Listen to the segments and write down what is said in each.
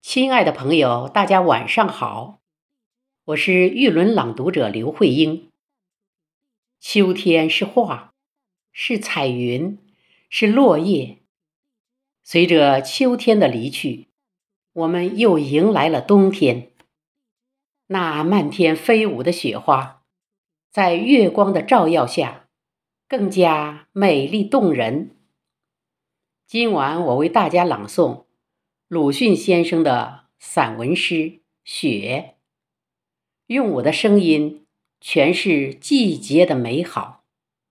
亲爱的朋友，大家晚上好，我是玉轮朗读者刘慧英。秋天是画，是彩云，是落叶。随着秋天的离去，我们又迎来了冬天。那漫天飞舞的雪花，在月光的照耀下，更加美丽动人。今晚我为大家朗诵鲁迅先生的散文诗《雪》，用我的声音诠释季节的美好。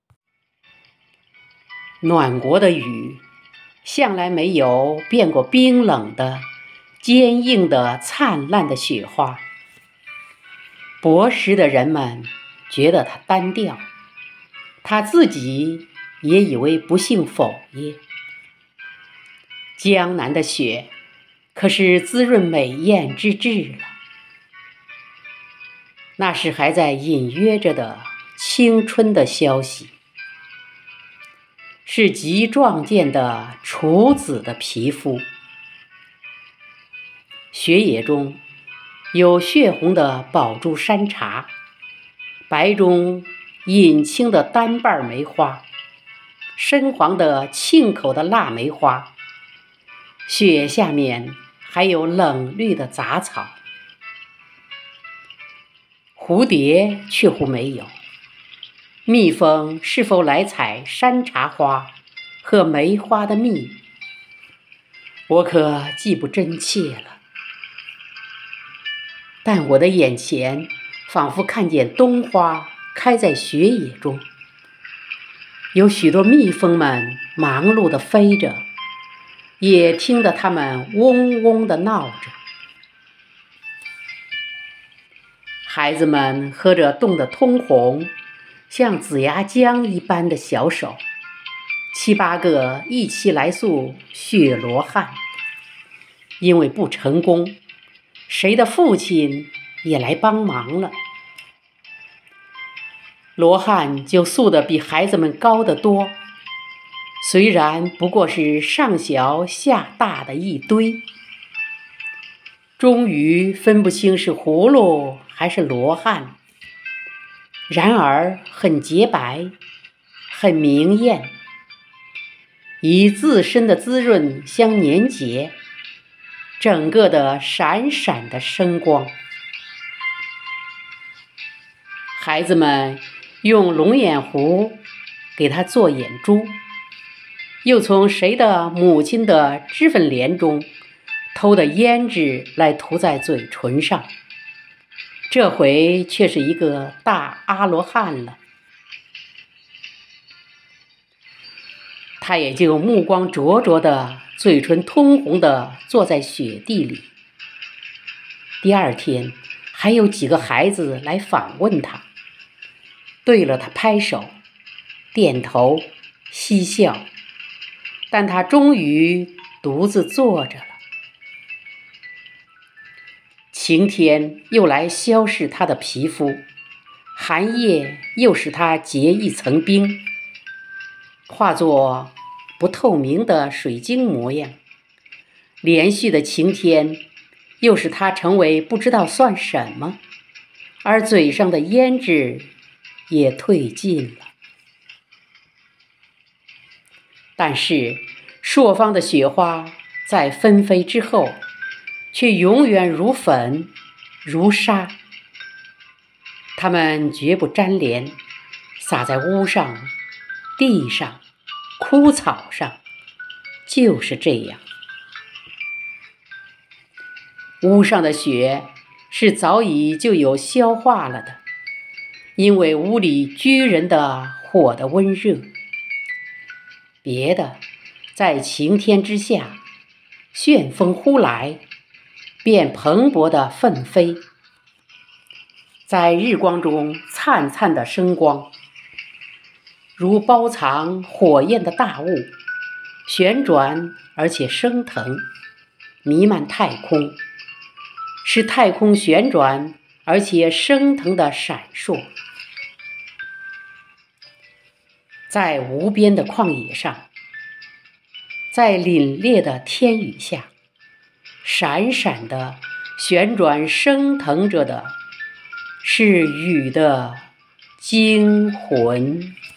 暖国的雨，向来没有变过冰冷的、坚硬的、灿烂的雪花。薄食的人们觉得它单调，他自己也以为不幸否也。江南的雪可是滋润美艳之至了，那是还在隐约着的青春的消息，是极壮健的处子的皮肤。雪野中有血红的宝珠山茶，白中隐青的单瓣梅花，深黄的沁口的腊梅花，雪下面还有冷绿的杂草。蝴蝶却乎没有，蜜蜂是否来采山茶花和梅花的蜜，我可记不真切了。但我的眼前仿佛看见冬花开在雪野中，有许多蜜蜂们忙碌地飞着，也听得它们嗡嗡地闹着。孩子们喝着冻得通红像紫牙浆一般的小手，7、8个一起来诉雪罗汉。因为不成功，谁的父亲也来帮忙了。罗汉就诉得比孩子们高得多，虽然不过是上小下大的一堆。终于分不清是葫芦还是罗汉，然而很洁白，很明艳，以自身的滋润相粘结，整个的闪闪的生光。孩子们用龙眼糊给它做眼珠，又从谁的母亲的脂粉莲中偷的胭脂来涂在嘴唇上，这回却是一个大阿罗汉了。他也就目光灼灼的，嘴唇通红的坐在雪地里。第二天还有几个孩子来访问他，对了他拍手点头嬉笑，但他终于独自坐着了。晴天又来消逝他的皮肤，寒夜又使他结一层冰，化作不透明的水晶模样。连续的晴天又使他成为不知道算什么，而嘴上的胭脂也褪尽了。但是朔方的雪花在纷飞之后，却永远如粉如沙，它们绝不沾连，洒在屋上、地上、枯草上，就是这样。屋上的雪是早已就有消化了的，因为屋里居人的火的温热。别的在晴天之下，旋风忽来，便蓬勃地奋飞，在日光中灿灿的生光，如包藏火焰的大雾，旋转而且升腾，弥漫太空，使太空旋转而且升腾的闪烁。在无边的旷野上，在凛冽的天宇下， 闪闪的旋转升腾着的是雨的精魂。